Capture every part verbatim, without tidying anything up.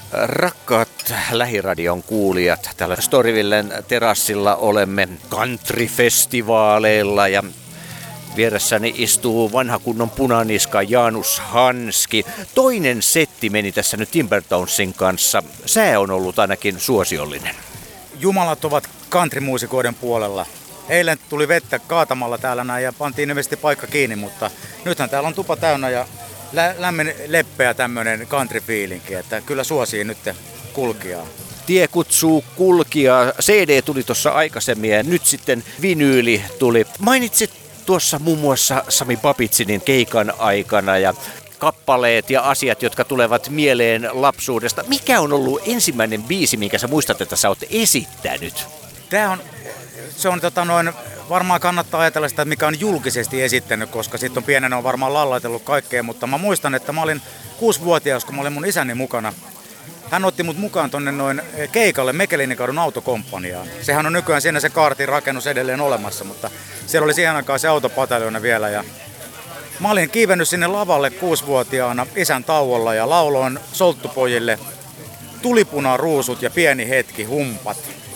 Rakkaat Lähiradion kuulijat, täällä Storyvillen terassilla olemme countryfestivaaleilla ja vieressäni istuu vanha kunnon punaniska Janus Hanski. Toinen setti meni tässä nyt Timbertonesin kanssa. Sää on ollut ainakin suosiollinen. Jumalat ovat countrymuusikoiden puolella. Eilen tuli vettä kaatamalla täällä näin ja pantiin ilmeisesti paikka kiinni, mutta nythän täällä on tupa täynnä ja lä- lämmin leppeä tämmönen country-fiilinki, että kyllä suosii nyt kulkijaa. Tie kutsuu kulkijaa. C D tuli tuossa aikaisemmin ja nyt sitten vinyyli tuli. Mainitsit tuossa muun muassa Sami Babitsinin keikan aikana ja kappaleet ja asiat, jotka tulevat mieleen lapsuudesta. Mikä on ollut ensimmäinen biisi, minkä sä muistat, että sä oot esittänyt? Tää on, se on tota noin, varmaan kannattaa ajatella sitä, mikä on julkisesti esittänyt, koska sitten on pienenä on varmaan lallaitellut kaikkea, mutta mä muistan, että mä olin kuusivuotias, kun mä olin mun isäni mukana. Hän otti mut mukaan tonne noin keikalle Mekelinikadun autokomppaniaan. Sehän on nykyään siinä se kaartin rakennus edelleen olemassa, mutta siellä oli siihen aikaan se autopataljona vielä. Ja mä olin kiivennyt sinne lavalle kuusivuotiaana isän tauolla ja lauloin solttupojille Tulipuna ruusut ja Pieni hetki humpat.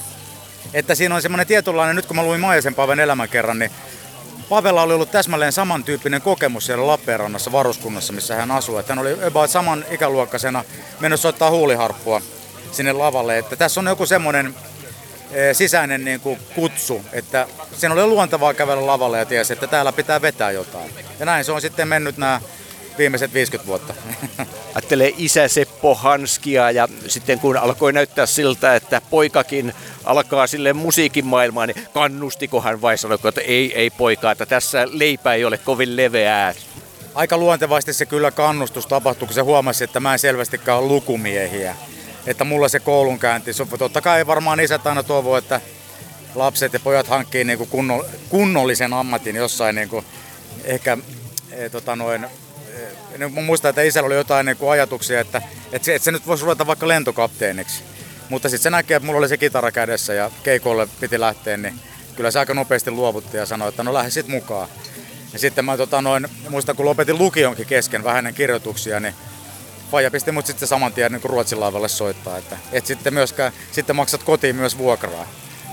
Että siinä on semmoinen tietynlainen, nyt kun mä luin Maijasen Paven elämänkerran, niin Pavella oli ollut täsmälleen samantyyppinen kokemus siellä Lappeenrannassa varuskunnassa, missä hän asui. Että hän oli about saman ikäluokkaisena mennyt soittaa huuliharppua sinne lavalle. Että tässä on joku semmoinen e, sisäinen niin kuin kutsu, että siinä oli luontevaa kävellä lavalle ja tiesi, että täällä pitää vetää jotain. Ja näin se on sitten mennyt nämä viimeiset viisikymmentä vuotta. Ajattelee isä Seppo Hanskia ja sitten kun alkoi näyttää siltä, että poikakin alkaa sille musiikin maailmaan, niin kannustikohan vai sanoiko, että ei, ei poika, että tässä leipä ei ole kovin leveää? Aika luontevasti se kyllä kannustus tapahtui, kun se huomasi, että mä en selvästikään ole lukumiehiä. Että mulla se koulunkäynti, totta kai ei varmaan isät aina toivo, että lapset ja pojat hankkii niin kuin kunno, kunnollisen ammatin jossain niin kuin ehkä e, tota noin, e, mä muistan, että isällä oli jotain niin kuin ajatuksia, että, että, se, että se nyt voisi ruveta vaikka lentokapteeniksi. Mutta sitten se näkee, että mulla oli se kitara kädessä ja keikolle piti lähteä, niin kyllä se aika nopeasti luovutti ja sanoi, että no lähde sit mukaan. Ja sitten mä tota noin, muistan, kun lopetin lukionkin kesken vähän ennen kirjoituksia, niin faija pisti mut sitten saman tien niin kuin Ruotsin laivalle soittaa, että et sitten myöskään, sitten maksat kotiin myös vuokraa.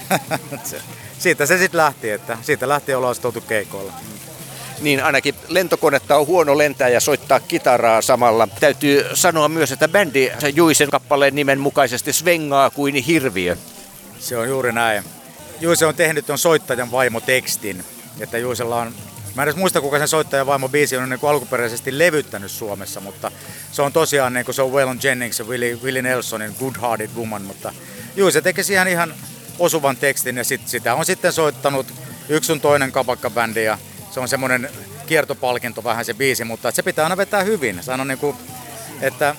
Siitä se sitten lähti, että siitä lähti ollaan sitten keikoilla. Niin ainakin lentokonetta on huono lentää ja soittaa kitaraa samalla. Täytyy sanoa myös, että bändi Juisen kappaleen nimen mukaisesti svengaa kuin hirviö. Se on juuri näin. Juise on tehnyt ton soittajan vaimo tekstin, että Juisella on, mä en edes muista kuka sen soittajan vaimo biisi on niin kuin alkuperäisesti levyttänyt Suomessa, mutta se on tosiaan niin kuin se on Waylon Jennings ja Willie, Willie Nelsonin Good Hearted Woman, mutta Juise teki siihen ihan osuvan tekstin ja sit, sitä on sitten soittanut yksi sun toinen kapakkabändi ja se on semmoinen kiertopalkinto vähän se biisi, mutta se pitää aina vetää hyvin. Sano niin kuin, että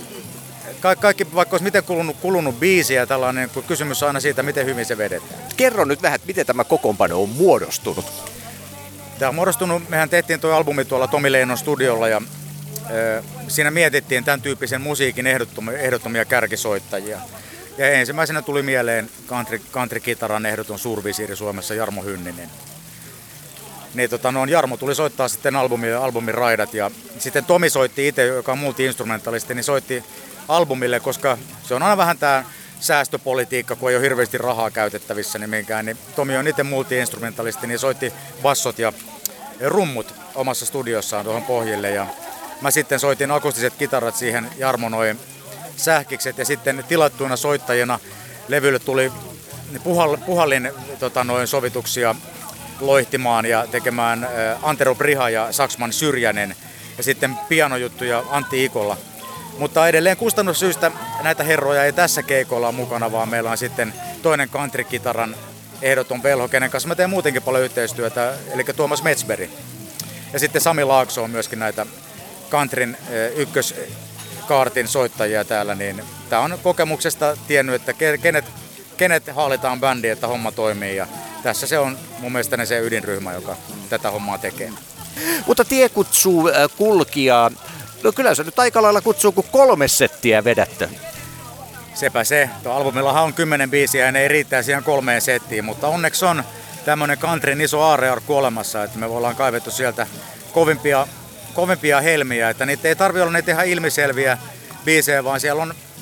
kaikki, vaikka olisi miten kulunut, kulunut biisi ja tällainen niin kysymys on aina siitä, miten hyvin se vedetään. Kerro nyt vähän, että miten tämä kokoonpano on muodostunut. Tämä on muodostunut, mehän tehtiin tuo albumi tuolla Tomi Leinon studiolla ja e, siinä mietittiin tämän tyyppisen musiikin ehdottomia, ehdottomia kärkisoittajia. Ja ensimmäisenä tuli mieleen country, country-kitaran ehdoton suurvisiiri Suomessa Jarmo Hynninen. Niin, tota, no, Jarmo tuli soittaa sitten albumin, albumin raidat ja sitten Tomi soitti itse, joka on multi-instrumentalisti, niin soitti albumille, koska se on aina vähän tämä säästöpolitiikka, kun ei ole hirveästi rahaa käytettävissä niin minkään, niin Tomi on itse multi-instrumentalisti, niin soitti bassot ja rummut omassa studiossaan tuohon pohjille ja mä sitten soitin akustiset kitarat siihen Jarmo noin sähkikset ja sitten tilattuina soittajina levylle tuli puhall, puhallin tota, noin sovituksia loihtimaan ja tekemään Antero Briha ja Saksman Syrjänen ja sitten pianojuttuja Antti Ikolla. Mutta edelleen kustannussyistä näitä herroja ei tässä keikolla ole mukana, vaan meillä on sitten toinen country-kitaran ehdoton velho, kenen kanssa mä teen muutenkin paljon yhteistyötä, eli Tuomas Metsberg. Ja sitten Sami Laakso on myöskin näitä countryn ykköskaartin soittajia täällä, niin tää on kokemuksesta tiennyt, että kenet, kenet haalitaan bändiin, että homma toimii ja tässä se on mun mielestä se ydinryhmä, joka tätä hommaa tekee. Mutta tie kutsuu kulkijaa. No kyllä se nyt aika lailla kutsuu, kun kolme settiä vedätte. Sepä se. Tuo albumillahan on kymmenen biisiä ja ne ei riittää siihen kolmeen settiin, mutta onneksi on tämmönen countryn iso aarrearkku olemassa, että me ollaan kaivettu sieltä kovimpia, kovimpia helmiä, että niitä ei tarvitse olla niitä ihan ilmiselviä biisejä, vaan siellä on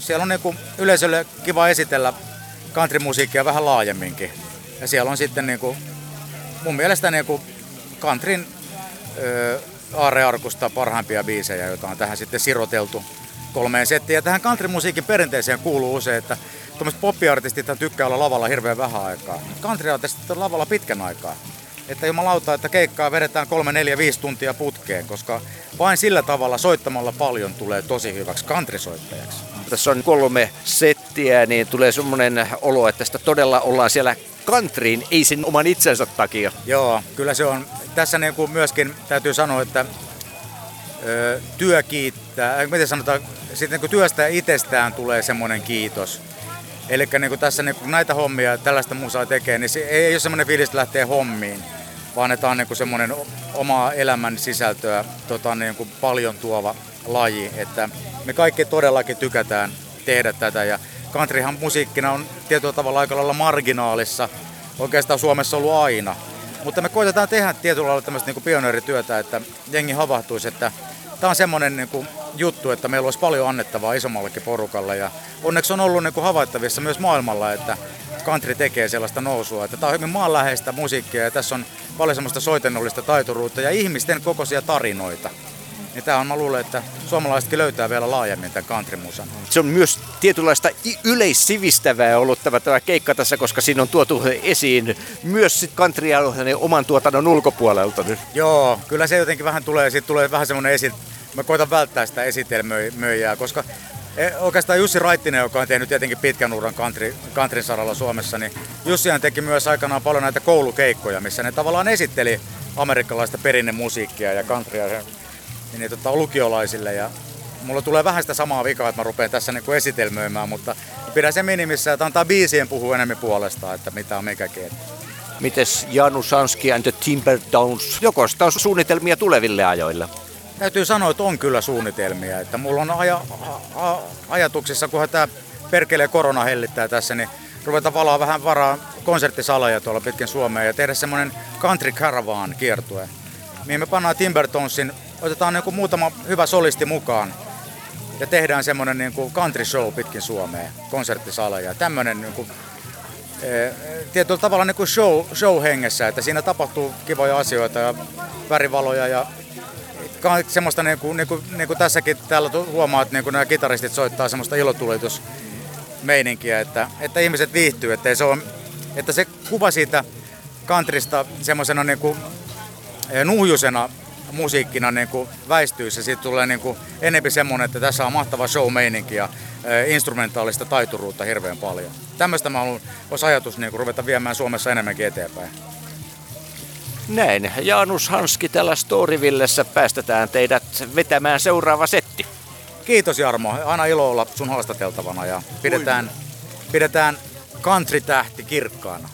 siellä on niinku yleisölle kiva esitellä countrymusiikkia vähän laajemminkin. Ja siellä on sitten niinku, mun mielestä niinku countryn öö, aarrearkusta parhaimpia biisejä, joita on tähän sitten siroteltu kolmeen settiin. Ja tähän countrymusiikin perinteeseen kuuluu usein, että tuommoiset poppiartistit tykkää olla lavalla hirveän vähän aikaa. Countryartistit on lavalla pitkän aikaa. Että jumalauta, että keikkaa vedetään kolme, neljä, viisi tuntia putkeen, koska vain sillä tavalla soittamalla paljon tulee tosi hyväksi countrysoittajaksi. Tässä on kolme settiä, niin tulee semmoinen olo, että sitä todella ollaan siellä countryin, ei sen oman itsensä takia. Joo, kyllä se on. Tässä niin kuin myöskin täytyy sanoa, että ö, työ kiittää, äh, miten sanotaan, sitten niin kuin työstä itsestään tulee semmoinen kiitos. Eli niin tässä niin näitä hommia, tällaista musaa tekee, niin se ei ole semmoinen fiilis, että lähtee hommiin, vaan että on niin semmoinen omaa elämän sisältöä tota, niin kuin paljon tuova laji. Että me kaikki todellakin tykätään tehdä tätä. Ja countryhan musiikkina on tietyllä tavalla aika lailla marginaalissa, oikeastaan Suomessa ollut aina. Mutta me koitetaan tehdä tietyllä lailla tämmöistä niin kuin pioneerityötä, että jengi havahtuisi, että tämä on semmoinen niin kuin juttu, että meillä olisi paljon annettavaa isommallekin porukalle. Ja onneksi on ollut niin kuin havaittavissa myös maailmalla, että country tekee sellaista nousua. Että tämä on hyvin maanläheistä musiikkia ja tässä on paljon semmoista soitennollista taituruutta ja ihmisten kokoisia tarinoita. Ja tämä on, mä luulen, että suomalaisetkin löytää vielä laajemmin tämän countrymusan. Se on myös tietynlaista yleissivistävää ollut tämä, tämä keikka tässä, koska siinä on tuotu esiin myös sit countrya oman tuotannon ulkopuolelta. Joo, kyllä se jotenkin vähän tulee, siitä tulee vähän semmoinen esi... Mä koitan välttää sitä esitelmöijää, koska oikeastaan Jussi Raittinen, joka on tehnyt tietenkin pitkän uran country, countryn saralla Suomessa, niin Jussihan teki myös aikanaan paljon näitä koulukeikkoja, missä ne tavallaan esitteli amerikkalaista perinnemusiikkia ja countrya niin, tota, lukiolaisille. Ja mulla tulee vähän sitä samaa vikaa, että mä rupean tässä niin kuin esitelmöimään, mutta pidän se minimissä, että antaa biisien puhua enemmän puolestaan, että mitä on mikäkin. Mites Janus Hanski and the Timbertones? Joko sitä on suunnitelmia tuleville ajoille? Täytyy sanoa, että on kyllä suunnitelmia. Että mulla on aja, a, a, ajatuksissa, kunhan tämä perkelee korona hellittää tässä, niin ruveta valaa vähän varaa konserttisaleja tuolla pitkin Suomea ja tehdä semmoinen country caravan kiertue, mihin me pannaan Timbertonesin, otetaan niin kuin muutama hyvä solisti mukaan ja tehdään semmoinen niin kuin country show pitkin Suomea, konserttisaleja. Tämmöinen niin kuin, e, tietyllä tavalla niin kuin show, show hengessä, että siinä tapahtuu kivoja asioita ja värivaloja ja semmoista niin kuin, niin kuin, niin kuin tässäkin täällä huomaa, että niin kuin nämä kitaristit soittaa semmoista ilotulitusmeininkiä, että, että ihmiset viihtyy, että se, on, että se kuva siitä countrysta semmoisena niin kuin nuhjusena musiikkina niin kuin väistyisi ja siitä tulee niin kuin enemmän semmoinen, että tässä on mahtava show-meininki ja instrumentaalista taituruutta hirveän paljon. Tämmöistä mä haluan, olisi ajatus niin kuin ruveta viemään Suomessa enemmänkin eteenpäin. Näin. Janus Hanski täällä Storyvillessä, päästetään teidät vetämään seuraava setti. Kiitos Jarmo, aina ilo olla sun haastateltavana ja pidetään, pidetään country-tähti kirkkaana.